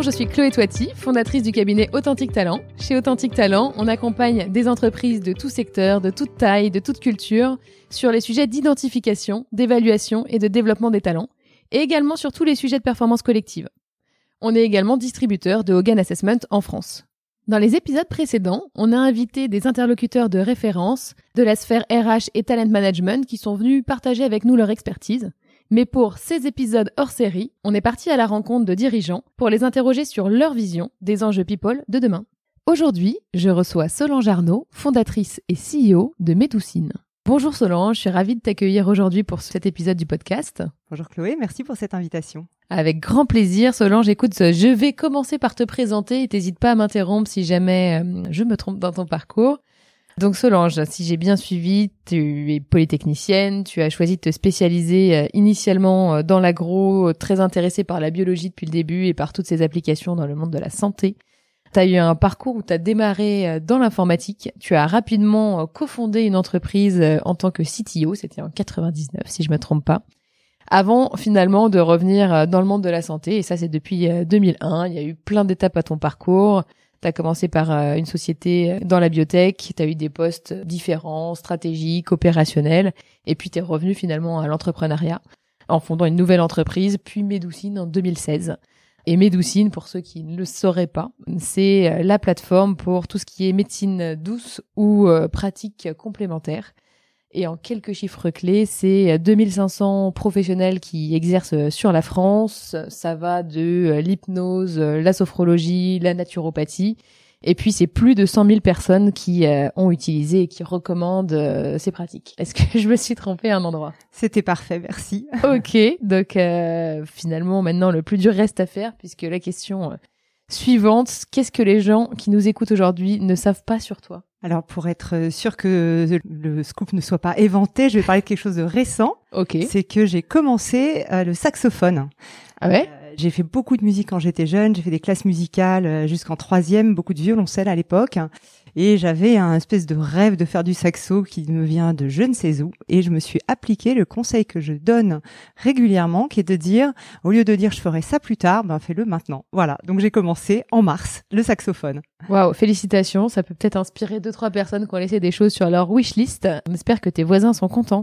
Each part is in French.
je suis Chloé Toiti, fondatrice du cabinet Authentique Talent. Chez Authentique Talent, on accompagne des entreprises de tout secteur, de toute taille, de toute culture, sur les sujets d'identification, d'évaluation et de développement des talents, et également sur tous les sujets de performance collective. On est également distributeur de Hogan Assessment en France. Dans les épisodes précédents, on a invité des interlocuteurs de référence de la sphère RH et Talent Management qui sont venus partager avec nous leur expertise. Mais pour ces épisodes hors série, on est parti à la rencontre de dirigeants pour les interroger sur leur vision des enjeux people de demain. Aujourd'hui, je reçois Solange Arnaud, fondatrice et CEO de Médoucine. Bonjour Solange, je suis ravie de t'accueillir aujourd'hui pour cet épisode du podcast. Bonjour Chloé, merci pour cette invitation. Avec grand plaisir. Solange, écoute, je vais commencer par te présenter et t'hésites pas à m'interrompre si jamais je me trompe dans ton parcours. Donc Solange, si j'ai bien suivi, tu es polytechnicienne, tu as choisi de te spécialiser initialement dans l'agro, très intéressée par la biologie depuis le début et par toutes ses applications dans le monde de la santé. Tu as eu un parcours où tu as démarré dans l'informatique, tu as rapidement cofondé une entreprise en tant que CTO, c'était en 99 si je me trompe pas, avant finalement de revenir dans le monde de la santé, et ça c'est depuis 2001, il y a eu plein d'étapes à ton parcours. T'as commencé par une société dans la biotech, t'as eu des postes différents, stratégiques, opérationnels, et puis t'es revenu finalement à l'entrepreneuriat en fondant une nouvelle entreprise, puis Médoucine en 2016. Et Médoucine, pour ceux qui ne le sauraient pas, c'est la plateforme pour tout ce qui est médecine douce ou pratique complémentaire. Et en quelques chiffres clés, c'est 2500 professionnels qui exercent sur la France. Ça va de l'hypnose, la sophrologie, la naturopathie. Et puis, c'est plus de 100 000 personnes qui ont utilisé et qui recommandent ces pratiques. Est-ce que je me suis trompée à un endroit? C'était parfait, merci. Ok, donc finalement, maintenant, le plus dur reste à faire, puisque la question suivante, qu'est-ce que les gens qui nous écoutent aujourd'hui ne savent pas sur toi? Alors, pour être sûr que le scoop ne soit pas éventé, je vais parler de quelque chose de récent. Ok. C'est que j'ai commencé le saxophone. Ah ouais? J'ai fait beaucoup de musique quand j'étais jeune. J'ai fait des classes musicales jusqu'en 3e, beaucoup de violoncelle à l'époque. Et j'avais un espèce de rêve de faire du saxo qui me vient de je ne sais où. Et je me suis appliqué le conseil que je donne régulièrement, qui est de dire, au lieu de dire je ferai ça plus tard, ben fais-le maintenant. Voilà. Donc j'ai commencé en mars le saxophone. Waouh, félicitations. Ça peut peut-être inspirer 2-3 personnes qui ont laissé des choses sur leur wishlist. J'espère que tes voisins sont contents.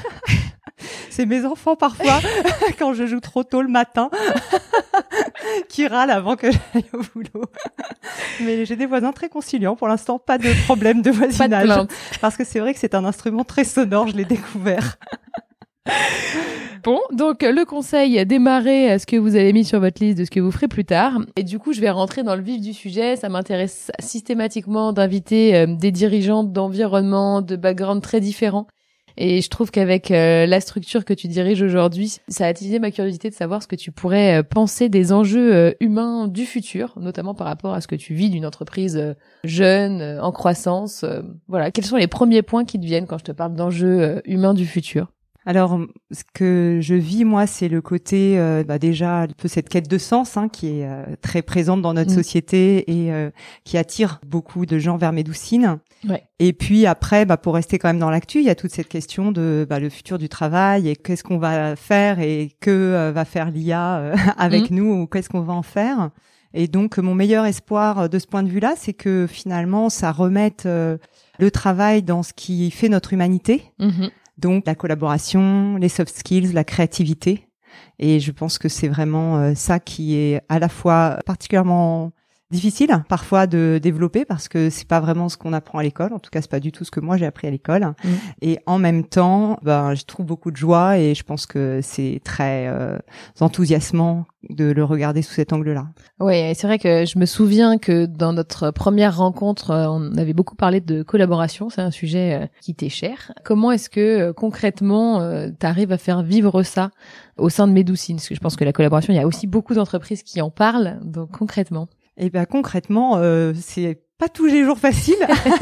C'est mes enfants parfois, quand je joue trop tôt le matin, qui râlent avant que j'aille au boulot. Mais j'ai des voisins très conciliants. Pour l'instant, pas de problème de voisinage. Pas de plainte. Parce que c'est vrai que c'est un instrument très sonore, je l'ai découvert. Bon, donc le conseil, démarrer ce que vous avez mis sur votre liste de ce que vous ferez plus tard. Et du coup, je vais rentrer dans le vif du sujet. Ça m'intéresse systématiquement d'inviter des dirigeants d'environnement, de background très différents. Et je trouve qu'avec la structure que tu diriges aujourd'hui, ça a attisé ma curiosité de savoir ce que tu pourrais penser des enjeux humains du futur, notamment par rapport à ce que tu vis d'une entreprise jeune, en croissance. Voilà, quels sont les premiers points qui te viennent quand je te parle d'enjeux humains du futur? Alors, ce que je vis, moi, c'est le côté, déjà, un peu cette quête de sens, qui est très présente dans notre société et qui attire beaucoup de gens vers Médoucine. Ouais. Et puis après, pour rester quand même dans l'actu, il y a toute cette question de le futur du travail et qu'est-ce qu'on va faire et que va faire l'IA avec nous ou qu'est-ce qu'on va en faire. Et donc, mon meilleur espoir de ce point de vue-là, c'est que finalement, ça remette le travail dans ce qui fait notre humanité. Donc la collaboration, les soft skills, la créativité. Et je pense que c'est vraiment ça qui est à la fois particulièrement difficile parfois de développer parce que c'est pas vraiment ce qu'on apprend à l'école. En tout cas, c'est pas du tout ce que moi j'ai appris à l'école. Et en même temps, je trouve beaucoup de joie et je pense que c'est très enthousiasmant de le regarder sous cet angle-là. Oui, c'est vrai que je me souviens que dans notre première rencontre, on avait beaucoup parlé de collaboration. C'est un sujet qui t'est cher. Comment est-ce que concrètement, t'arrives à faire vivre ça au sein de Médoucine? Parce que je pense que la collaboration, il y a aussi beaucoup d'entreprises qui en parlent. Donc concrètement. Eh ben concrètement, c'est pas tous les jours facile.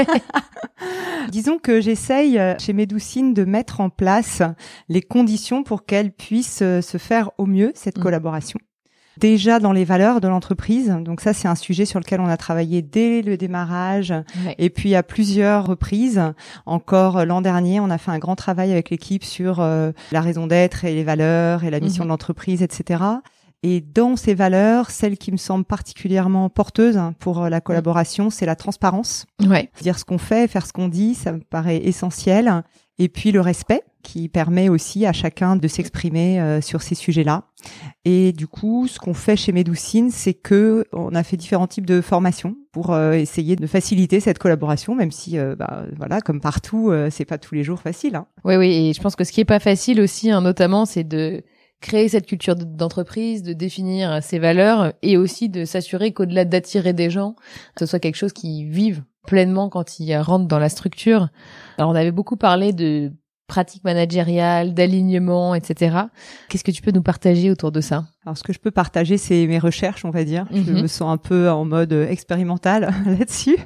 Disons que j'essaye chez Médoucine de mettre en place les conditions pour qu'elle puisse se faire au mieux cette collaboration. Déjà dans les valeurs de l'entreprise, donc ça c'est un sujet sur lequel on a travaillé dès le démarrage et puis à plusieurs reprises. Encore l'an dernier, on a fait un grand travail avec l'équipe sur la raison d'être et les valeurs et la mission de l'entreprise, etc. Et dans ces valeurs, celle qui me semble particulièrement porteuse pour la collaboration, c'est la transparence. Ouais. Dire ce qu'on fait, faire ce qu'on dit, ça me paraît essentiel. Et puis le respect, qui permet aussi à chacun de s'exprimer sur ces sujets-là. Et du coup, ce qu'on fait chez Médoucine, c'est que on a fait différents types de formations pour essayer de faciliter cette collaboration, même si, voilà, comme partout, c'est pas tous les jours facile. Hein. Oui, et je pense que ce qui est pas facile aussi, notamment, c'est de créer cette culture d'entreprise, de définir ses valeurs et aussi de s'assurer qu'au-delà d'attirer des gens, ce soit quelque chose qu'ils vivent pleinement quand ils rentrent dans la structure. Alors, on avait beaucoup parlé de pratiques managériales, d'alignement, etc. Qu'est-ce que tu peux nous partager autour de ça? Alors, ce que je peux partager, c'est mes recherches, on va dire. Je me sens un peu en mode expérimental là-dessus.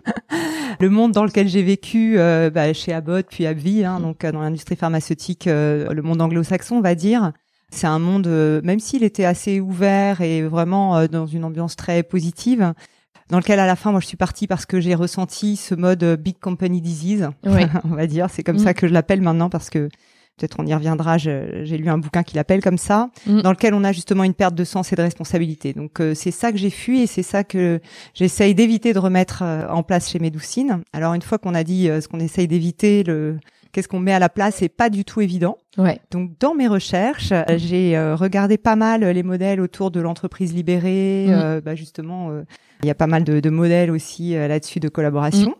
Le monde dans lequel j'ai vécu, chez Abbott puis AbbVie, donc dans l'industrie pharmaceutique, le monde anglo-saxon, on va dire. C'est un monde, même s'il était assez ouvert et vraiment dans une ambiance très positive, dans lequel à la fin, moi, je suis partie parce que j'ai ressenti ce mode big company disease, oui. on va dire. C'est comme ça que je l'appelle maintenant parce que peut-être on y reviendra. J'ai lu un bouquin qui l'appelle comme ça, dans lequel on a justement une perte de sens et de responsabilité. Donc c'est ça que j'ai fui et c'est ça que j'essaye d'éviter de remettre en place chez Médoucine. Alors une fois qu'on a dit ce qu'on essaye d'éviter, qu'est-ce qu'on met à la place, c'est pas du tout évident. Ouais. Donc dans mes recherches, j'ai regardé pas mal les modèles autour de l'entreprise libérée. Justement, il y a pas mal de modèles aussi là-dessus de collaboration.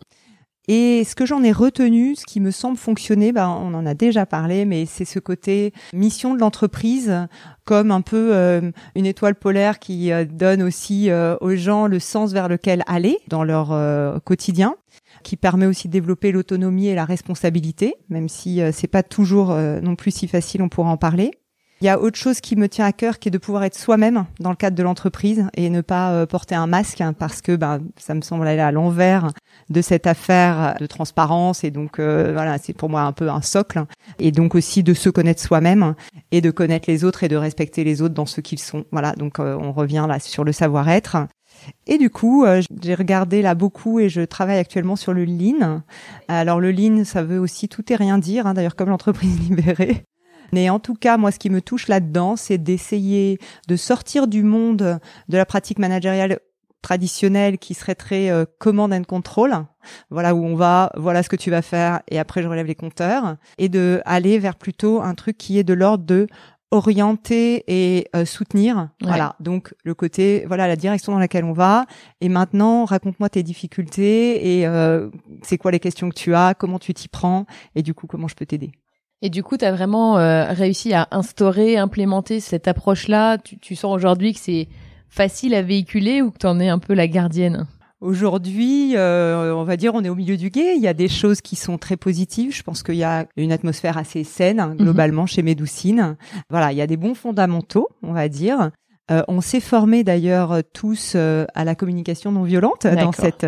Et ce que j'en ai retenu, ce qui me semble fonctionner, on en a déjà parlé, mais c'est ce côté mission de l'entreprise comme un peu une étoile polaire qui donne aussi aux gens le sens vers lequel aller dans leur quotidien, qui permet aussi de développer l'autonomie et la responsabilité, même si c'est pas toujours non plus si facile, on pourra en parler. Il y a autre chose qui me tient à cœur, qui est de pouvoir être soi-même dans le cadre de l'entreprise et ne pas porter un masque, parce que ça me semble aller à l'envers de cette affaire de transparence. Et donc voilà, c'est pour moi un peu un socle. Et donc aussi de se connaître soi-même et de connaître les autres et de respecter les autres dans ce qu'ils sont. Voilà, donc on revient là sur le savoir-être. Et du coup, j'ai regardé là beaucoup et je travaille actuellement sur le Lean. Alors le Lean, ça veut aussi tout et rien dire, d'ailleurs comme l'entreprise libérée. Mais en tout cas, moi, ce qui me touche là-dedans, c'est d'essayer de sortir du monde de la pratique managériale traditionnelle qui serait très command and control. Voilà où on va, voilà ce que tu vas faire et après je relève les compteurs. Et de aller vers plutôt un truc qui est de l'ordre de orienter et soutenir. Ouais. Voilà, donc le côté, voilà la direction dans laquelle on va. Et maintenant, raconte-moi tes difficultés et c'est quoi les questions que tu as, comment tu t'y prends et du coup, comment je peux t'aider. Et du coup, tu as vraiment réussi à implémenter cette approche-là. Tu sens aujourd'hui que c'est facile à véhiculer ou que tu en es un peu la gardienne? Aujourd'hui, on va dire, on est au milieu du gué. Il y a des choses qui sont très positives. Je pense qu'il y a une atmosphère assez saine, globalement, chez Médoucine. Voilà, il y a des bons fondamentaux, on va dire. On s'est formés d'ailleurs tous à la communication non violente. D'accord. Dans cet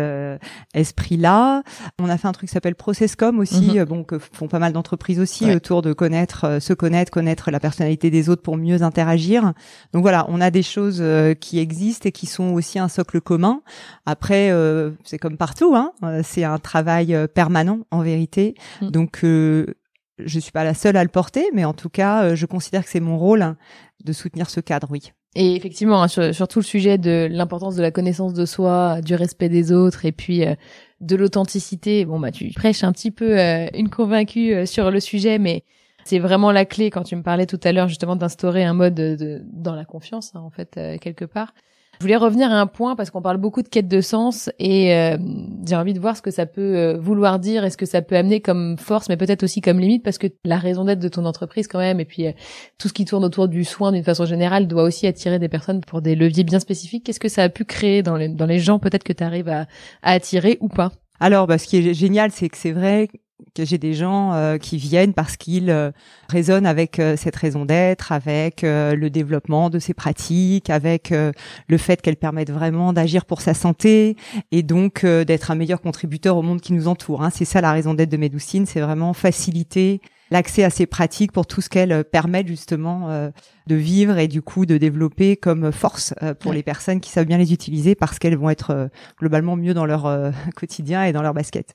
esprit-là. On a fait un truc qui s'appelle Processcom aussi, que font pas mal d'entreprises aussi autour de se connaître la personnalité des autres pour mieux interagir. Donc voilà, on a des choses qui existent et qui sont aussi un socle commun. Après, c'est comme partout, c'est un travail permanent en vérité. Donc je suis pas la seule à le porter, mais en tout cas, je considère que c'est mon rôle de soutenir ce cadre, oui. Et effectivement, sur tout le sujet de l'importance de la connaissance de soi, du respect des autres et puis de l'authenticité, tu prêches un petit peu une convaincue sur le sujet, mais c'est vraiment la clé quand tu me parlais tout à l'heure justement d'instaurer un mode dans la confiance, en fait, quelque part. Je voulais revenir à un point parce qu'on parle beaucoup de quête de sens et j'ai envie de voir ce que ça peut vouloir dire et ce que ça peut amener comme force, mais peut-être aussi comme limite, parce que la raison d'être de ton entreprise quand même et puis tout ce qui tourne autour du soin d'une façon générale doit aussi attirer des personnes pour des leviers bien spécifiques. Qu'est-ce que ça a pu créer dans les gens peut-être que tu arrives à attirer ou pas? Alors, ce qui est génial, c'est que c'est vrai que j'ai des gens qui viennent parce qu'ils résonnent avec cette raison d'être, avec le développement de ces pratiques, avec le fait qu'elles permettent vraiment d'agir pour sa santé et donc d'être un meilleur contributeur au monde qui nous entoure. C'est ça la raison d'être de Médoucine, c'est vraiment faciliter l'accès à ces pratiques pour tout ce qu'elles permettent justement de vivre et du coup de développer comme force pour les personnes qui savent bien les utiliser parce qu'elles vont être globalement mieux dans leur quotidien et dans leur basket.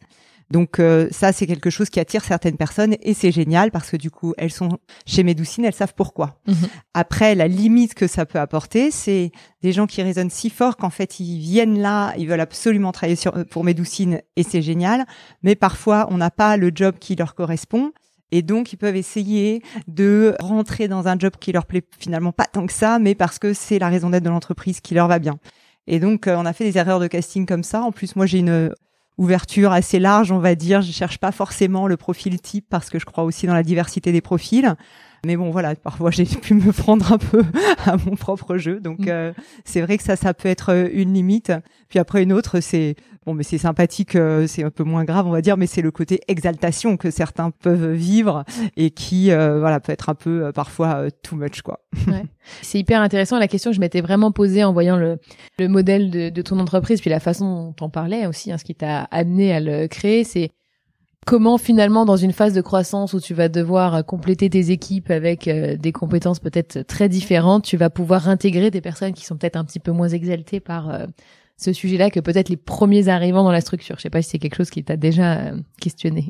Donc ça, c'est quelque chose qui attire certaines personnes et c'est génial parce que du coup, elles sont chez Médoucine, elles savent pourquoi. Après, la limite que ça peut apporter, c'est des gens qui résonnent si fort qu'en fait, ils viennent là, ils veulent absolument travailler pour Médoucine et c'est génial. Mais parfois, on n'a pas le job qui leur correspond. Et donc, ils peuvent essayer de rentrer dans un job qui leur plaît finalement pas tant que ça, mais parce que c'est la raison d'être de l'entreprise qui leur va bien. Et donc, on a fait des erreurs de casting comme ça. En plus, moi, j'ai une ouverture assez large, on va dire. Je cherche pas forcément le profil type parce que je crois aussi dans la diversité des profils. Mais bon, voilà, parfois j'ai pu me prendre un peu à mon propre jeu. Donc, c'est vrai que ça peut être une limite. Puis après, une autre, c'est bon, mais c'est sympathique, c'est un peu moins grave, on va dire, mais c'est le côté exaltation que certains peuvent vivre et qui, voilà, peut être un peu parfois too much, quoi. Ouais. C'est hyper intéressant. La question que je m'étais vraiment posée en voyant le modèle de ton entreprise, puis la façon dont t'en parlais aussi, ce qui t'a amené à le créer, c'est comment finalement dans une phase de croissance où tu vas devoir compléter tes équipes avec des compétences peut-être très différentes, tu vas pouvoir intégrer des personnes qui sont peut-être un petit peu moins exaltées par ce sujet-là que peut-être les premiers arrivants dans la structure. Je sais pas si c'est quelque chose qui t'a déjà questionné.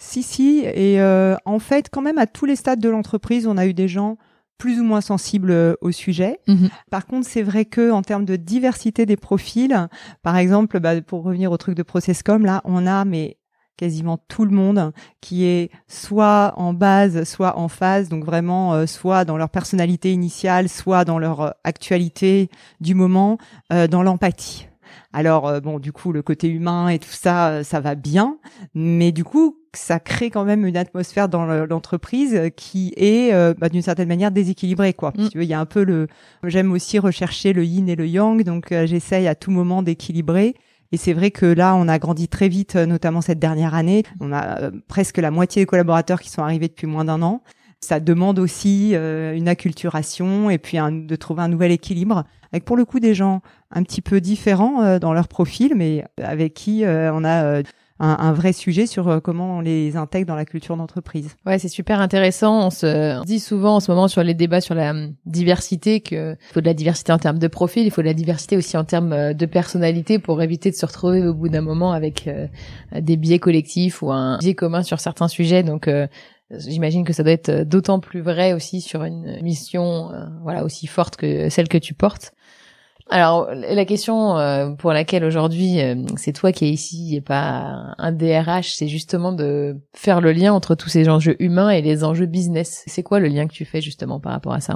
Si, et en fait, quand même à tous les stades de l'entreprise, on a eu des gens plus ou moins sensibles au sujet. Par contre, c'est vrai que en termes de diversité des profils, par exemple, pour revenir au truc de ProcessCom, là, on a quasiment tout le monde qui est soit en base, soit en phase, donc vraiment soit dans leur personnalité initiale, soit dans leur actualité du moment, dans l'empathie. Alors bon, du coup, le côté humain et tout ça, ça va bien, mais du coup, ça crée quand même une atmosphère dans l'entreprise qui est d'une certaine manière déséquilibrée, quoi. Si tu veux, il y a un peu j'aime aussi rechercher le yin et le yang, donc j'essaye à tout moment d'équilibrer. Et c'est vrai que là, on a grandi très vite, notamment cette dernière année. On a presque la moitié des collaborateurs qui sont arrivés depuis moins d'1 an. Ça demande aussi une acculturation et puis de trouver un nouvel équilibre avec pour le coup des gens un petit peu différents dans leur profil, mais avec qui on a un vrai sujet sur comment on les intègre dans la culture d'entreprise. Ouais, c'est super intéressant. On se dit souvent en ce moment sur les débats sur la diversité qu'il faut de la diversité en termes de profil, il faut de la diversité aussi en termes de personnalité pour éviter de se retrouver au bout d'un moment avec des biais collectifs ou un biais commun sur certains sujets. Donc j'imagine que ça doit être d'autant plus vrai aussi sur une mission aussi forte que celle que tu portes. Alors, la question pour laquelle aujourd'hui c'est toi qui es ici et pas un DRH, c'est justement de faire le lien entre tous ces enjeux humains et les enjeux business. C'est quoi le lien que tu fais justement par rapport à ça ?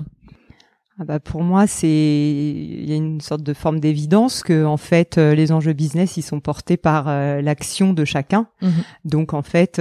Pour moi, il y a une sorte de forme d'évidence que en fait les enjeux business ils sont portés par l'action de chacun. Donc en fait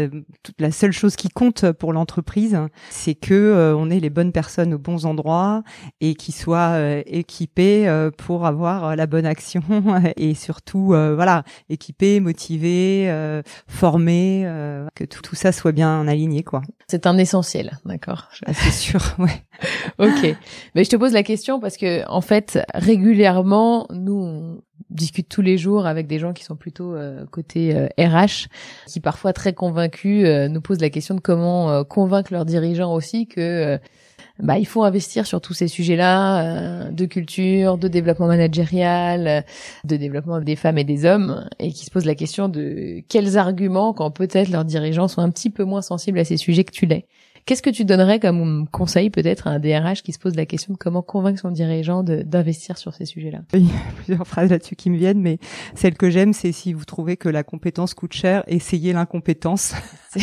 la seule chose qui compte pour l'entreprise, c'est que on ait les bonnes personnes aux bons endroits et qui soient équipés pour avoir la bonne action et surtout équipés, motivés, formés, que tout ça soit bien aligné, quoi. C'est un essentiel, d'accord. C'est sûr, ouais. Ok. Mais je te pose la question parce que, en fait, régulièrement, nous, on discute tous les jours avec des gens qui sont plutôt côté RH, qui parfois très convaincus nous posent la question de comment convaincre leurs dirigeants aussi que il faut investir sur tous ces sujets-là de culture, de développement managérial, de développement des femmes et des hommes, et qui se posent la question de quels arguments quand peut-être leurs dirigeants sont un petit peu moins sensibles à ces sujets que tu l'es. Qu'est-ce que tu donnerais comme conseil peut-être à un DRH qui se pose la question de comment convaincre son dirigeant d'investir sur ces sujets-là ? Il y a plusieurs phrases là-dessus qui me viennent, mais celle que j'aime, c'est si vous trouvez que la compétence coûte cher, essayez l'incompétence.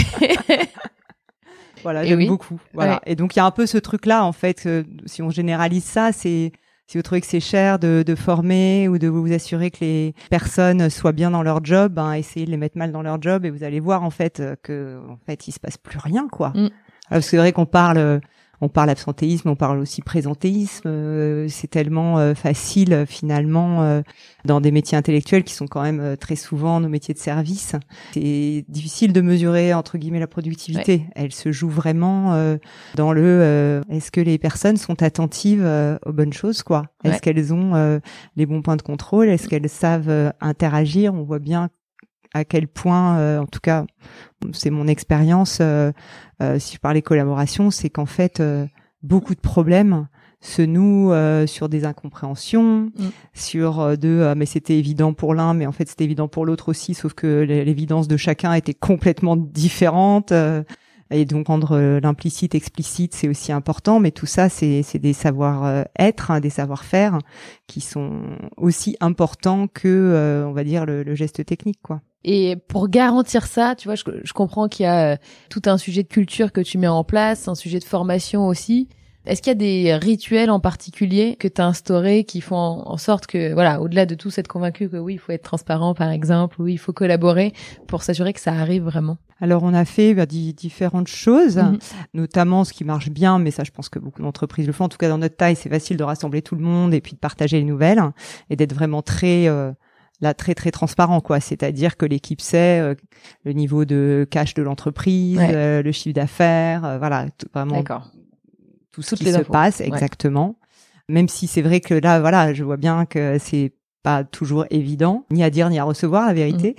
Voilà, j'aime beaucoup. Voilà. Ouais. Et donc il y a un peu ce truc-là en fait. Si on généralise ça, c'est si vous trouvez que c'est cher de former ou de vous assurer que les personnes soient bien dans leur job, essayez de les mettre mal dans leur job et vous allez voir en fait que en fait il se passe plus rien, quoi. Alors c'est vrai qu'on parle absentéisme, on parle aussi présentéisme. C'est tellement facile finalement dans des métiers intellectuels qui sont quand même très souvent nos métiers de service. C'est difficile de mesurer entre guillemets la productivité. Ouais. Elle se joue vraiment dans est-ce que les personnes sont attentives aux bonnes choses, quoi. Est-ce qu'elles ont les bons points de contrôle? Est-ce qu'elles savent interagir? On voit bien à quel point, en tout cas, c'est mon expérience, si je parlais collaboration, c'est qu'en fait, beaucoup de problèmes se nouent sur des incompréhensions, sur mais c'était évident pour l'un, mais en fait c'était évident pour l'autre aussi, sauf que l'évidence de chacun était complètement différente. Et donc rendre l'implicite explicite, c'est aussi important, mais tout ça, c'est des savoir-être, des savoir-faire qui sont aussi importants que, on va dire, le geste technique, quoi. Et pour garantir ça, tu vois, je comprends qu'il y a tout un sujet de culture que tu mets en place, un sujet de formation aussi. Est-ce qu'il y a des rituels en particulier que tu as instaurés qui font en sorte que, voilà, au-delà de tout, être convaincu que oui, il faut être transparent, par exemple, oui, il faut collaborer pour s'assurer que ça arrive vraiment? Alors, on a fait différentes choses, notamment ce qui marche bien, mais ça, je pense que beaucoup d'entreprises le font. En tout cas, dans notre taille, c'est facile de rassembler tout le monde et puis de partager les nouvelles et d'être vraiment très très transparent, quoi. C'est-à-dire que l'équipe sait le niveau de cash de l'entreprise, le chiffre d'affaires, voilà, vraiment. D'accord. Tout ce qui se passe, exactement. Même si c'est vrai que là, voilà, je vois bien que c'est pas toujours évident, ni à dire ni à recevoir, la vérité.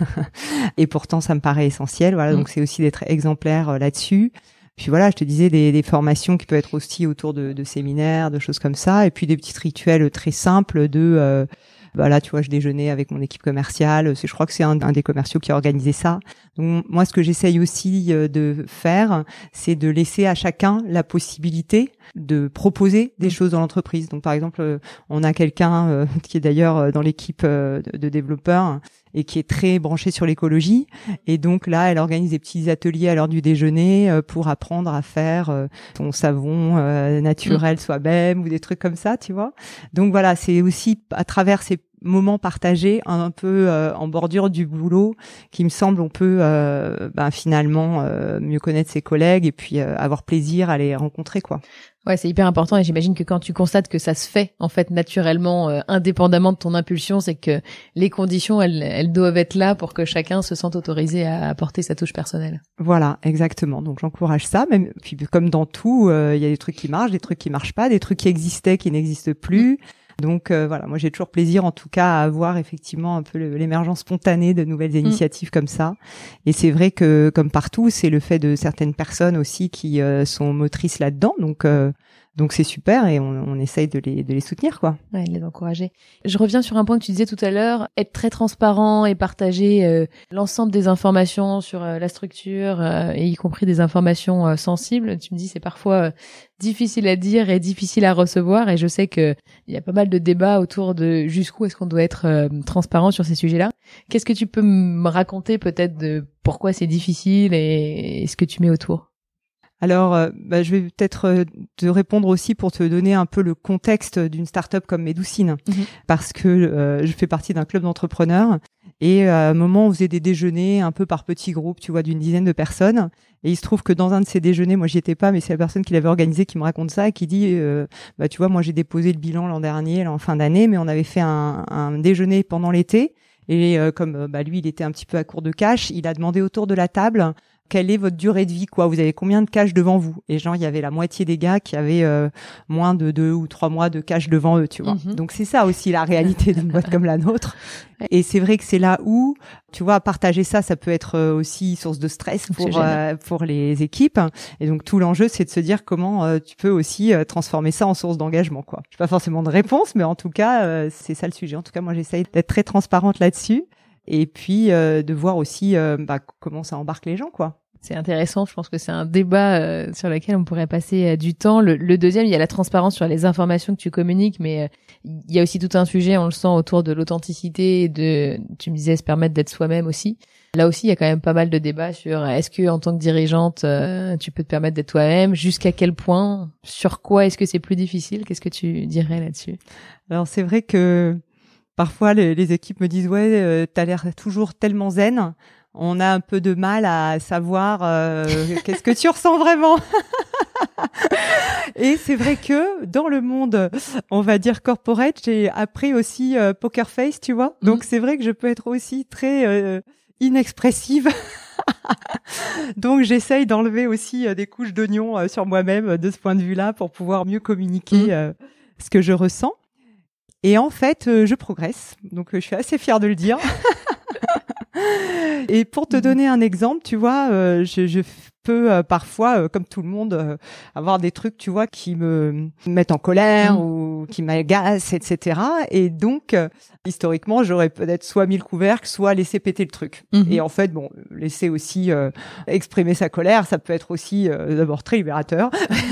Et pourtant, ça me paraît essentiel. Voilà, donc c'est aussi d'être exemplaire là-dessus. Puis voilà, je te disais des formations qui peuvent être aussi autour de séminaires, de choses comme ça, et puis des petits rituels très simples de là, tu vois, je déjeunais avec mon équipe commerciale. Je crois que c'est un des commerciaux qui a organisé ça. Donc moi, ce que j'essaye aussi de faire, c'est de laisser à chacun la possibilité de proposer des choses dans l'entreprise. Donc par exemple, on a quelqu'un qui est d'ailleurs dans l'équipe de développeurs et qui est très branchée sur l'écologie. Et donc là, elle organise des petits ateliers à l'heure du déjeuner pour apprendre à faire son savon naturel soi-même ou des trucs comme ça, tu vois. Donc voilà, c'est aussi à travers ces moments partagés un peu en bordure du boulot qui me semble on peut finalement mieux connaître ses collègues et puis avoir plaisir à les rencontrer, quoi. Ouais, c'est hyper important et j'imagine que quand tu constates que ça se fait en fait naturellement, indépendamment de ton impulsion, c'est que les conditions elles doivent être là pour que chacun se sente autorisé à apporter sa touche personnelle. Voilà, exactement. Donc j'encourage ça, même puis comme dans tout, il y a des trucs qui marchent, des trucs qui marchent pas, des trucs qui existaient qui n'existent plus. Donc voilà, moi j'ai toujours plaisir en tout cas à avoir effectivement un peu l'émergence spontanée de nouvelles initiatives comme ça. Et c'est vrai que comme partout, c'est le fait de certaines personnes aussi qui sont motrices là-dedans. Donc c'est super et on essaye de les soutenir, quoi. Ouais, de les encourager. Je reviens sur un point que tu disais tout à l'heure, être très transparent et partager l'ensemble des informations sur la structure et y compris des informations sensibles. Tu me dis c'est parfois difficile à dire et difficile à recevoir et je sais que il y a pas mal de débats autour de jusqu'où est-ce qu'on doit être transparent sur ces sujets-là. Qu'est-ce que tu peux me raconter peut-être de pourquoi c'est difficile et ce que tu mets autour? Alors, je vais peut-être te répondre aussi pour te donner un peu le contexte d'une start-up comme Médoucine, parce que je fais partie d'un club d'entrepreneurs et à un moment on faisait des déjeuners un peu par petits groupes, tu vois, d'une dizaine de personnes. Et il se trouve que dans un de ces déjeuners, moi j'y étais pas, mais c'est la personne qui l'avait organisé qui me raconte ça et qui dit, tu vois, moi j'ai déposé le bilan l'an dernier, là, en fin d'année, mais on avait fait un déjeuner pendant l'été. Et comme lui, il était un petit peu à court de cash, il a demandé autour de la table quelle est votre durée de vie, quoi. Vous avez combien de cash devant vous? Et genre, il y avait la moitié des gars qui avaient moins de 2 ou 3 mois de cash devant eux, tu vois. Donc c'est ça aussi la réalité d'une boîte comme la nôtre. Et c'est vrai que c'est là où, tu vois, partager ça, ça peut être aussi source de stress pour les équipes. Et donc tout l'enjeu, c'est de se dire comment tu peux aussi transformer ça en source d'engagement, quoi. Je n'ai pas forcément de réponse, mais en tout cas, c'est ça le sujet. En tout cas, moi, j'essaye d'être très transparente là-dessus. Et puis de voir aussi comment ça embarque les gens, quoi. C'est intéressant, je pense que c'est un débat sur lequel on pourrait passer du temps. Le deuxième, il y a la transparence sur les informations que tu communiques, mais il y a aussi tout un sujet, on le sent, autour de l'authenticité et de, tu me disais, se permettre d'être soi-même aussi. Là aussi, il y a quand même pas mal de débats sur est-ce que en tant que dirigeante, tu peux te permettre d'être toi-même, jusqu'à quel point, sur quoi est-ce que c'est plus difficile? Qu'est-ce que tu dirais là-dessus? Alors c'est vrai que parfois les équipes me disent ouais, t'as l'air toujours tellement zen. On a un peu de mal à savoir qu'est-ce que tu ressens vraiment. Et c'est vrai que dans le monde, on va dire corporate, j'ai appris aussi poker face, tu vois. Donc c'est vrai que je peux être aussi très inexpressive. Donc j'essaye d'enlever aussi des couches d'oignon sur moi-même de ce point de vue-là pour pouvoir mieux communiquer ce que je ressens. Et en fait, je progresse. Donc je suis assez fière de le dire. Et pour te donner un exemple, tu vois, je peux parfois, comme tout le monde, avoir des trucs, tu vois, qui me mettent en colère ou qui m'agacent, etc. Et donc, historiquement, j'aurais peut-être soit mis le couvercle, soit laissé péter le truc. Et en fait, bon, laisser aussi exprimer sa colère, ça peut être aussi d'abord très libérateur.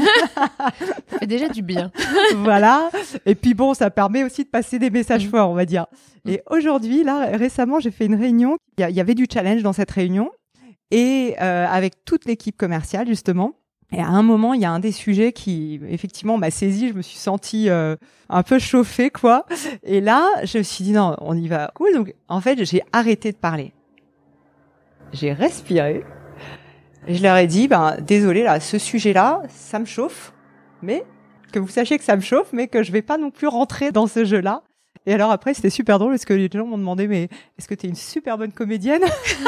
Ça fait déjà du bien. Voilà. Et puis bon, ça permet aussi de passer des messages forts, on va dire. Et aujourd'hui, là, récemment, j'ai fait une réunion. Il y avait du challenge dans cette réunion. Et avec toute l'équipe commerciale, justement. Et à un moment, il y a un des sujets qui, effectivement, m'a saisi. Je me suis sentie un peu chauffée, quoi. Et là, je me suis dit, non, on y va. Cool. Donc, en fait, j'ai arrêté de parler. J'ai respiré. Et je leur ai dit, désolé, là, ce sujet-là, ça me chauffe. Mais que vous sachiez que ça me chauffe, mais que je vais pas non plus rentrer dans ce jeu-là. Et alors après, c'était super drôle parce que les gens m'ont demandé, mais est-ce que tu es une super bonne comédienne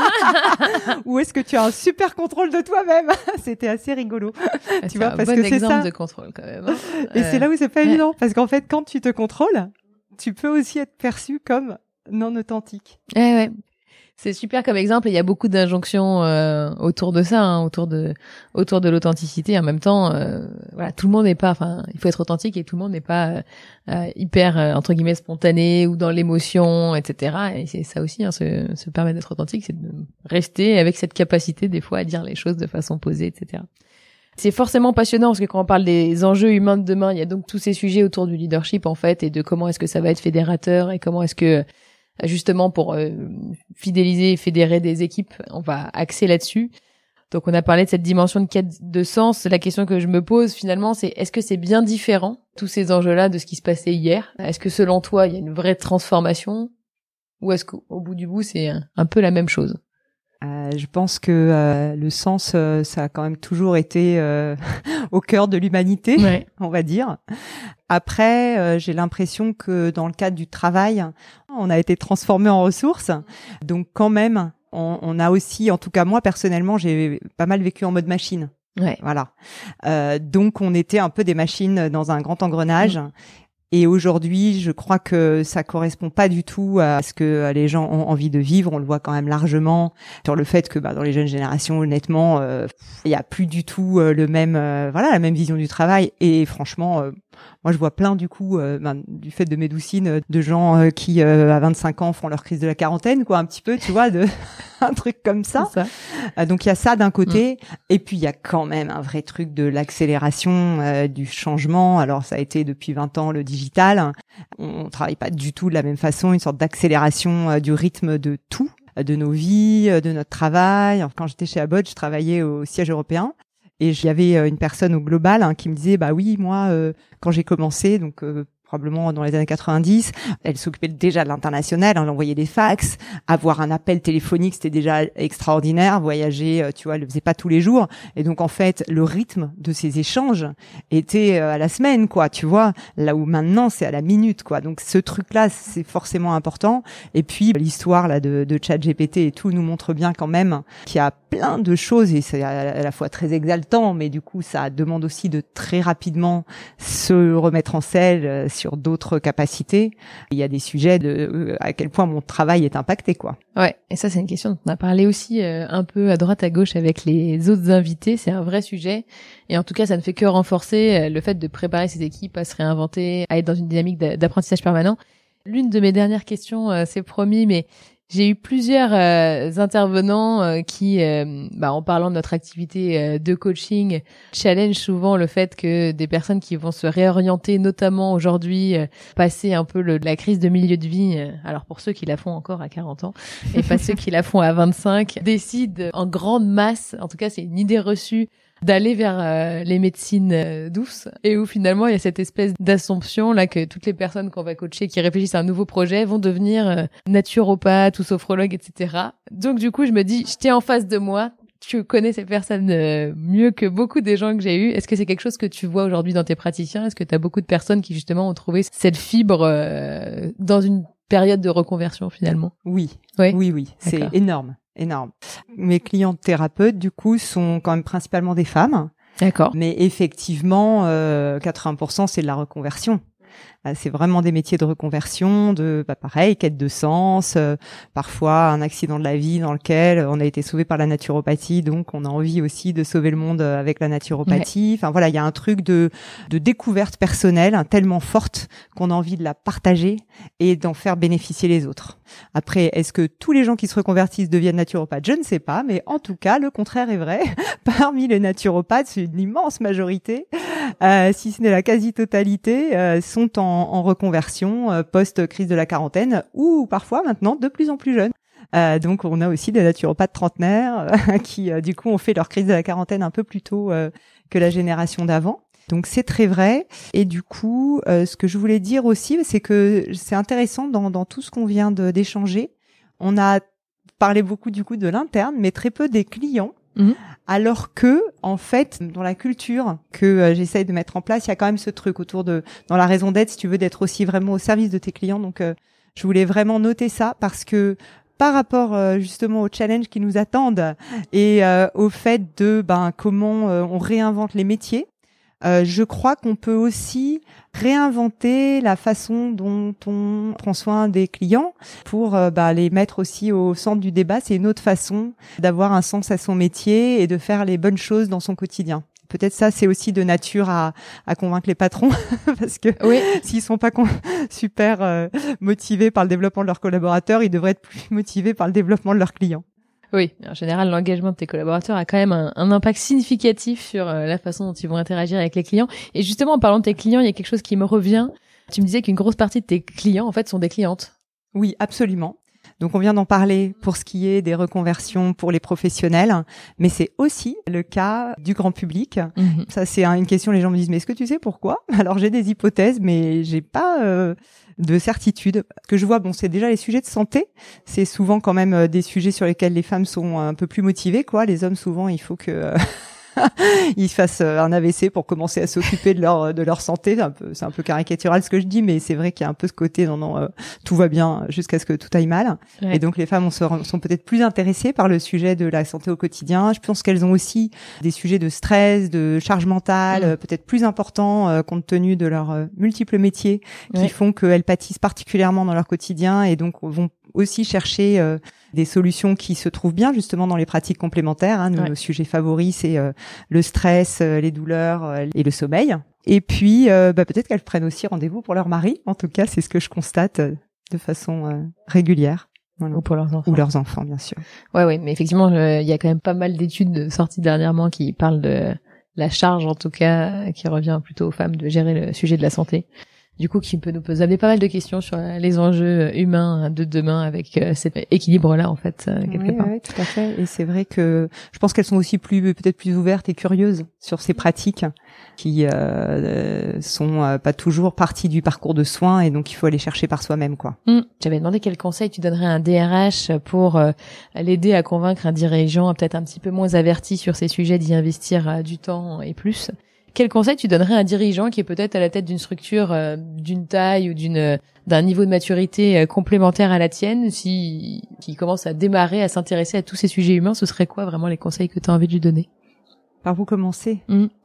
ou est-ce que tu as un super contrôle de toi-même? C'était assez rigolo. Tu vois, parce que c'est ça. De contrôle quand même. Et c'est là où c'est pas évident parce qu'en fait, quand tu te contrôles, tu peux aussi être perçu comme non authentique. Ouais. C'est super comme exemple. Il y a beaucoup d'injonctions autour de ça, hein, autour de l'authenticité. En même temps, voilà, tout le monde n'est pas. Enfin, il faut être authentique et tout le monde n'est pas hyper entre guillemets spontané ou dans l'émotion, etc. Et c'est ça aussi, hein, se permettre d'être authentique, c'est de rester avec cette capacité des fois à dire les choses de façon posée, etc. C'est forcément passionnant parce que quand on parle des enjeux humains de demain, il y a donc tous ces sujets autour du leadership en fait et de comment est-ce que ça va être fédérateur et comment est-ce que justement pour fidéliser et fédérer des équipes, on va axer là-dessus. Donc on a parlé de cette dimension de quête de sens. La question que je me pose finalement, c'est est-ce que c'est bien différent, tous ces enjeux-là, de ce qui se passait hier? Est-ce que selon toi, il y a une vraie transformation? Ou est-ce qu'au bout du bout, c'est un peu la même chose? Je pense que le sens, ça a quand même toujours été au cœur de l'humanité, on va dire. Après, j'ai l'impression que dans le cadre du travail, on a été transformé en ressources. Donc quand même, on a aussi, en tout cas moi personnellement, j'ai pas mal vécu en mode machine. Voilà. Donc on était un peu des machines dans un grand engrenage. Et aujourd'hui, je crois que ça correspond pas du tout à ce que les gens ont envie de vivre. On le voit quand même largement sur le fait que dans les jeunes générations, honnêtement, il y a plus du tout la même vision du travail. Et franchement, moi, je vois plein du coup, du fait de Médoucine, de gens qui à 25 ans font leur crise de la quarantaine, quoi, un petit peu, tu vois, de un truc comme ça. Donc il y a ça d'un côté, et puis il y a quand même un vrai truc de l'accélération du changement. Alors ça a été depuis 20 ans le digital. On travaille pas du tout de la même façon, une sorte d'accélération du rythme de tout, de nos vies, de notre travail. Quand j'étais chez Abbott, je travaillais au siège européen. Et il y avait une personne au global qui me disait, oui, moi, quand j'ai commencé, donc probablement dans les années 90, elle s'occupait déjà de l'international, elle envoyait des fax, avoir un appel téléphonique, c'était déjà extraordinaire, voyager, tu vois, elle le faisait pas tous les jours. Et donc, en fait, le rythme de ces échanges était à la semaine, quoi, tu vois, là où maintenant, c'est à la minute, quoi. Donc, ce truc-là, c'est forcément important. Et puis, l'histoire là de ChatGPT et tout nous montre bien quand même qu'il y a plein de choses et c'est à la fois très exaltant, mais du coup, ça demande aussi de très rapidement se remettre en selle sur d'autres capacités. Il y a des sujets de à quel point mon travail est impacté, quoi. Ouais, et ça c'est une question dont on a parlé aussi un peu à droite à gauche avec les autres invités, c'est un vrai sujet et en tout cas ça ne fait que renforcer le fait de préparer ses équipes à se réinventer, à être dans une dynamique d'apprentissage permanent. L'une de mes dernières questions, c'est promis, mais j'ai eu plusieurs intervenants qui, en parlant de notre activité de coaching, challenge souvent le fait que des personnes qui vont se réorienter, notamment aujourd'hui, passer un peu la crise de milieu de vie, alors pour ceux qui la font encore à 40 ans, et pas ceux qui la font à 25, décident en grande masse, en tout cas c'est une idée reçue, d'aller vers les médecines douces et où finalement il y a cette espèce d'assomption là que toutes les personnes qu'on va coacher qui réfléchissent à un nouveau projet vont devenir naturopathes ou sophrologues, etc. Donc du coup je me dis, je t'ai en face de moi, tu connais ces personnes mieux que beaucoup des gens que j'ai eus. Est-ce que c'est quelque chose que tu vois aujourd'hui dans tes praticiens? Est-ce que tu as beaucoup de personnes qui justement ont trouvé cette fibre dans une période de reconversion finalement? Oui. C'est D'accord. énorme. Mes clientes thérapeutes, du coup, sont quand même principalement des femmes. D'accord. Mais effectivement, 80%, c'est de la reconversion. C'est vraiment des métiers de reconversion, de pareil, quête de sens, parfois un accident de la vie dans lequel on a été sauvé par la naturopathie, donc on a envie aussi de sauver le monde avec la naturopathie. Enfin voilà, il y a un truc de découverte personnelle tellement forte qu'on a envie de la partager et d'en faire bénéficier les autres. Après, est-ce que tous les gens qui se reconvertissent deviennent naturopathes? Je ne sais pas, mais en tout cas, le contraire est vrai. Parmi les naturopathes, c'est une immense majorité, si ce n'est la quasi-totalité, sont en reconversion post-crise de la quarantaine ou parfois maintenant de plus en plus jeunes. Donc on a aussi des naturopathes trentenaires qui du coup ont fait leur crise de la quarantaine un peu plus tôt que la génération d'avant. Donc c'est très vrai. Et du coup, ce que je voulais dire aussi, c'est que c'est intéressant dans tout ce qu'on vient d'échanger. On a parlé beaucoup du coup de l'interne, mais très peu des clients. Alors que, en fait, dans la culture que j'essaye de mettre en place, il y a quand même ce truc autour dans la raison d'être, si tu veux, d'être aussi vraiment au service de tes clients. Donc, je voulais vraiment noter ça parce que par rapport justement aux challenges qui nous attendent et au fait de comment on réinvente les métiers, je crois qu'on peut aussi réinventer la façon dont on prend soin des clients pour les mettre aussi au centre du débat. C'est une autre façon d'avoir un sens à son métier et de faire les bonnes choses dans son quotidien. Peut-être ça, c'est aussi de nature à convaincre les patrons parce que s'ils sont pas super motivés par le développement de leurs collaborateurs, ils devraient être plus motivés par le développement de leurs clients. Oui, en général, l'engagement de tes collaborateurs a quand même un impact significatif sur la façon dont ils vont interagir avec les clients. Et justement, en parlant de tes clients, il y a quelque chose qui me revient. Tu me disais qu'une grosse partie de tes clients, en fait, sont des clientes. Oui, absolument. Donc, on vient d'en parler pour ce qui est des reconversions pour les professionnels, mais c'est aussi le cas du grand public. Ça, c'est une question, les gens me disent, mais est-ce que tu sais pourquoi? Alors, j'ai des hypothèses, mais j'ai pas de certitude. Ce que je vois, c'est déjà les sujets de santé. C'est souvent quand même des sujets sur lesquels les femmes sont un peu plus motivées, quoi. Les hommes, souvent, il faut que ils fassent un AVC pour commencer à s'occuper de leur santé. C'est un peu caricatural ce que je dis, mais c'est vrai qu'il y a un peu ce côté non, tout va bien jusqu'à ce que tout aille mal. Ouais. Et donc les femmes sont peut-être plus intéressées par le sujet de la santé au quotidien. Je pense qu'elles ont aussi des sujets de stress, de charge mentale, peut-être plus importants compte tenu de leurs multiples métiers qui font qu'elles pâtissent particulièrement dans leur quotidien et donc vont aussi chercher des solutions qui se trouvent bien justement dans les pratiques complémentaires. Nos sujets favoris, c'est le stress, les douleurs et le sommeil. Et puis, peut-être qu'elles prennent aussi rendez-vous pour leur mari. En tout cas, c'est ce que je constate de façon régulière. Voilà. Ou pour leurs enfants. Ou leurs enfants, bien sûr. Ouais, mais effectivement, il y a quand même pas mal d'études sorties dernièrement qui parlent de la charge, en tout cas, qui revient plutôt aux femmes de gérer le sujet de la santé. Du coup, qui peut nous poser pas mal de questions sur les enjeux humains de demain avec cet équilibre-là, en fait, quelque part. Oui, tout à fait. Et c'est vrai que je pense qu'elles sont aussi peut-être plus ouvertes et curieuses sur ces pratiques qui sont pas toujours partie du parcours de soins et donc il faut aller chercher par soi-même, quoi. J'avais demandé quel conseil tu donnerais à un DRH pour l'aider à convaincre un dirigeant peut-être un petit peu moins averti sur ces sujets d'y investir du temps et plus. Quel conseil tu donnerais à un dirigeant qui est peut-être à la tête d'une structure d'une taille ou d'un niveau de maturité complémentaire à la tienne, qui commence à démarrer, à s'intéresser à tous ces sujets humains? Ce serait quoi vraiment les conseils que tu as envie de lui donner? Par où commencer?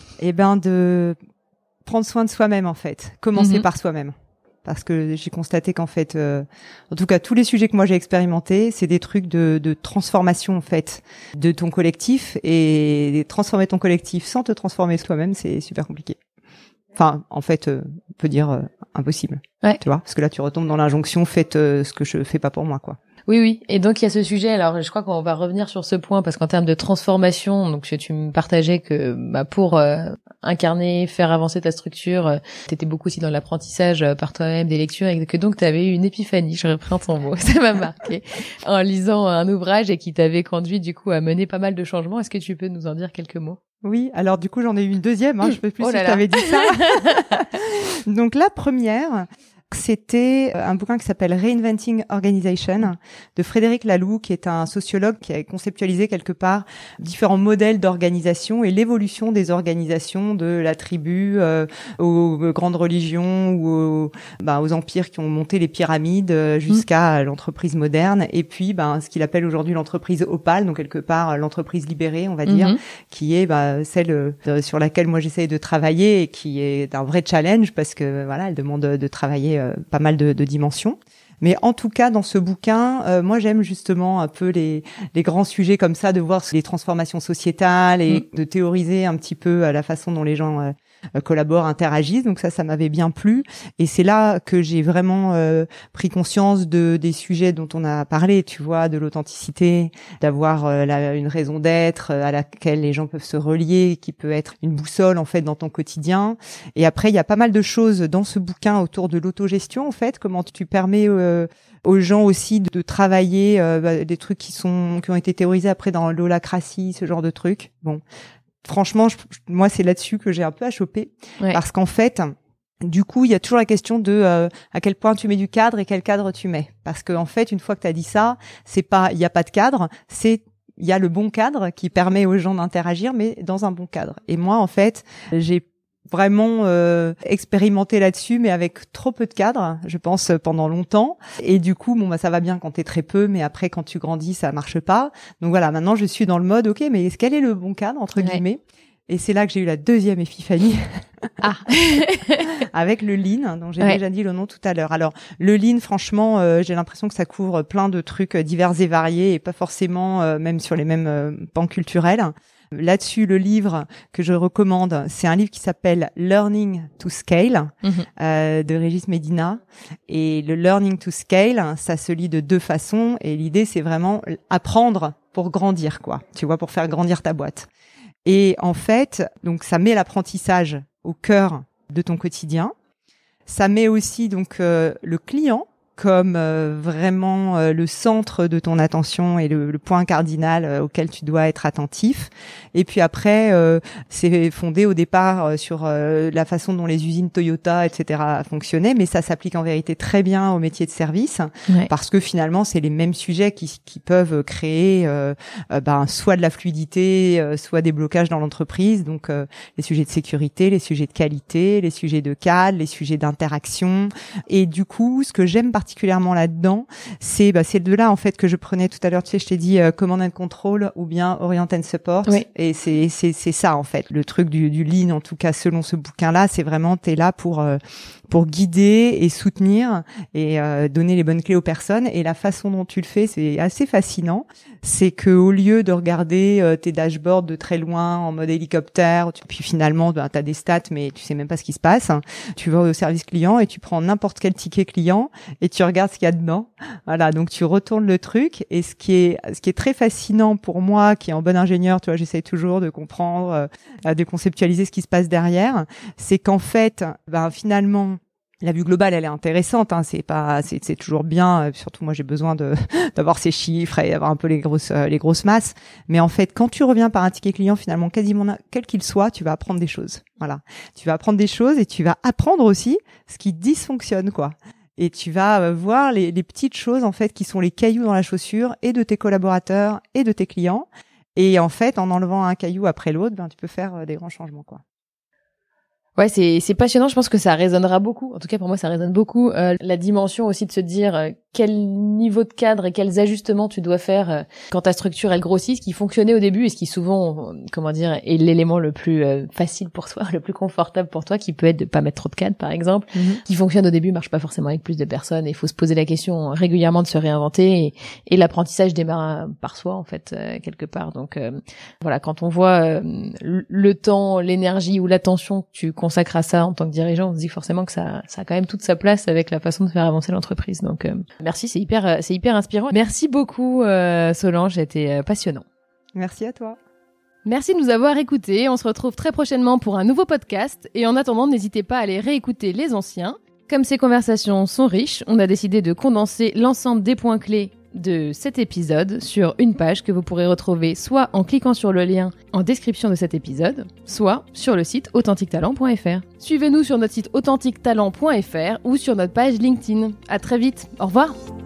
De prendre soin de soi-même, en fait. Commencer par soi-même. Parce que j'ai constaté qu'en fait, en tout cas, tous les sujets que moi j'ai expérimentés, c'est des trucs de transformation en fait de ton collectif, et transformer ton collectif sans te transformer toi-même, c'est super compliqué. Enfin, en fait, on peut dire impossible. Ouais. Tu vois, parce que là, tu retombes dans l'injonction faites ce que je fais pas pour moi, quoi. Oui. Et donc, il y a ce sujet. Alors, je crois qu'on va revenir sur ce point parce qu'en termes de transformation, donc tu me partageais que pour incarner, faire avancer ta structure, t'étais beaucoup aussi dans l'apprentissage par toi-même des lectures et que donc t'avais eu une épiphanie. Je reprends ton mot, ça m'a marqué en lisant un ouvrage et qui t'avait conduit du coup à mener pas mal de changements. Est-ce que tu peux nous en dire quelques mots? Oui, alors du coup j'en ai eu une deuxième. Je sais plus si je t'avais dit ça. Donc la première. C'était un bouquin qui s'appelle Reinventing Organization de Frédéric Laloux, qui est un sociologue qui a conceptualisé quelque part différents modèles d'organisation et l'évolution des organisations de la tribu aux grandes religions ou aux empires qui ont monté les pyramides jusqu'à l'entreprise moderne, et puis ce qu'il appelle aujourd'hui l'entreprise opale, donc quelque part l'entreprise libérée, on va dire, qui est celle sur laquelle moi j'essaye de travailler et qui est un vrai challenge parce que voilà, elle demande de travailler pas mal de dimensions. Mais en tout cas, dans ce bouquin, moi j'aime justement un peu les grands sujets comme ça, de voir les transformations sociétales et de théoriser un petit peu la façon dont les gens collaborent, interagissent. Donc ça m'avait bien plu. Et c'est là que j'ai vraiment pris conscience des sujets dont on a parlé, tu vois, de l'authenticité, d'avoir une raison d'être à laquelle les gens peuvent se relier, qui peut être une boussole en fait dans ton quotidien. Et après, il y a pas mal de choses dans ce bouquin autour de l'autogestion en fait, comment tu permets aux gens aussi de travailler des trucs qui ont été théorisés après dans l'holacratie, ce genre de trucs. Bon, franchement, moi c'est là-dessus que j'ai un peu à choper, parce qu'en fait, du coup, il y a toujours la question de à quel point tu mets du cadre et quel cadre tu mets. Parce que en fait, une fois que tu as dit ça, il y a pas de cadre, il y a le bon cadre qui permet aux gens d'interagir, mais dans un bon cadre. Et moi, en fait, j'ai vraiment expérimenté là-dessus, mais avec trop peu de cadre, je pense, pendant longtemps. Et du coup, ça va bien quand t'es très peu, mais après, quand tu grandis, ça marche pas. Donc voilà, maintenant, je suis dans le mode, ok, mais quel est le bon cadre, entre guillemets? Et c'est là que j'ai eu la deuxième épiphanie. Avec le Lean, dont j'ai déjà dit le nom tout à l'heure. Alors, le Lean, franchement, j'ai l'impression que ça couvre plein de trucs divers et variés, et pas forcément même sur les mêmes pans culturels. Là-dessus, le livre que je recommande, c'est un livre qui s'appelle Learning to Scale de Régis Medina. Et le Learning to Scale, ça se lit de deux façons. Et l'idée, c'est vraiment apprendre pour grandir, quoi. Tu vois, pour faire grandir ta boîte. Et en fait, donc ça met l'apprentissage au cœur de ton quotidien. Ça met aussi donc le client comme vraiment le centre de ton attention et le point cardinal auquel tu dois être attentif. Et puis après, c'est fondé au départ sur la façon dont les usines Toyota, etc. fonctionnaient, mais ça s'applique en vérité très bien au métier de service, parce que finalement, c'est les mêmes sujets qui peuvent créer soit de la fluidité, soit des blocages dans l'entreprise. Donc, les sujets de sécurité, les sujets de qualité, les sujets de cadre, les sujets d'interaction. Et du coup, ce que j'aime particulièrement là-dedans, c'est de là en fait que je prenais tout à l'heure, tu sais, je t'ai dit Command and Control ou bien Orient and Support, et c'est ça en fait, le truc du Lean, en tout cas selon ce bouquin-là, c'est vraiment t'es là pour guider et soutenir et donner les bonnes clés aux personnes. Et la façon dont tu le fais, c'est assez fascinant. C'est que au lieu de regarder tes dashboards de très loin en mode hélicoptère, puis finalement t'as des stats mais tu sais même pas ce qui se passe, tu vas au service client et tu prends n'importe quel ticket client et tu regardes ce qu'il y a dedans. Voilà, donc tu retournes le truc. Et ce qui est très fascinant pour moi, qui est en bon ingénieur, tu vois, j'essaie toujours de comprendre, de conceptualiser ce qui se passe derrière, c'est qu'en fait, finalement, la vue globale, elle est intéressante, hein. C'est toujours bien. Surtout, moi, j'ai besoin d'avoir ces chiffres et avoir un peu les grosses masses. Mais en fait, quand tu reviens par un ticket client, finalement, quasiment quel qu'il soit, tu vas apprendre des choses. Voilà. Tu vas apprendre des choses et tu vas apprendre aussi ce qui dysfonctionne, quoi. Et tu vas voir les petites choses, en fait, qui sont les cailloux dans la chaussure et de tes collaborateurs et de tes clients. Et en fait, en enlevant un caillou après l'autre, tu peux faire des grands changements, quoi. Ouais, c'est passionnant. Je pense que ça résonnera beaucoup. En tout cas, pour moi, ça résonne beaucoup. La dimension aussi de se dire quel niveau de cadre et quels ajustements tu dois faire quand ta structure elle grossit, ce qui fonctionnait au début et ce qui souvent, est l'élément le plus facile pour toi, le plus confortable pour toi, qui peut être de pas mettre trop de cadre, par exemple, qui fonctionne au début, marche pas forcément avec plus de personnes. Il faut se poser la question régulièrement de se réinventer et l'apprentissage démarre par soi, en fait, quelque part. Donc voilà, quand on voit le temps, l'énergie ou l'attention que tu consacres à ça en tant que dirigeant, on se dit forcément que ça a quand même toute sa place avec la façon de faire avancer l'entreprise. Donc merci, c'est hyper inspirant. Merci beaucoup Solange, c'était passionnant. Merci à toi. Merci de nous avoir écoutés. On se retrouve très prochainement pour un nouveau podcast. Et en attendant, n'hésitez pas à aller réécouter les anciens. Comme ces conversations sont riches, on a décidé de condenser l'ensemble des points clés de cet épisode sur une page que vous pourrez retrouver soit en cliquant sur le lien en description de cet épisode, soit sur le site authentiquetalent.fr. Suivez-nous sur notre site authentiquetalent.fr ou sur notre page LinkedIn. À très vite, au revoir.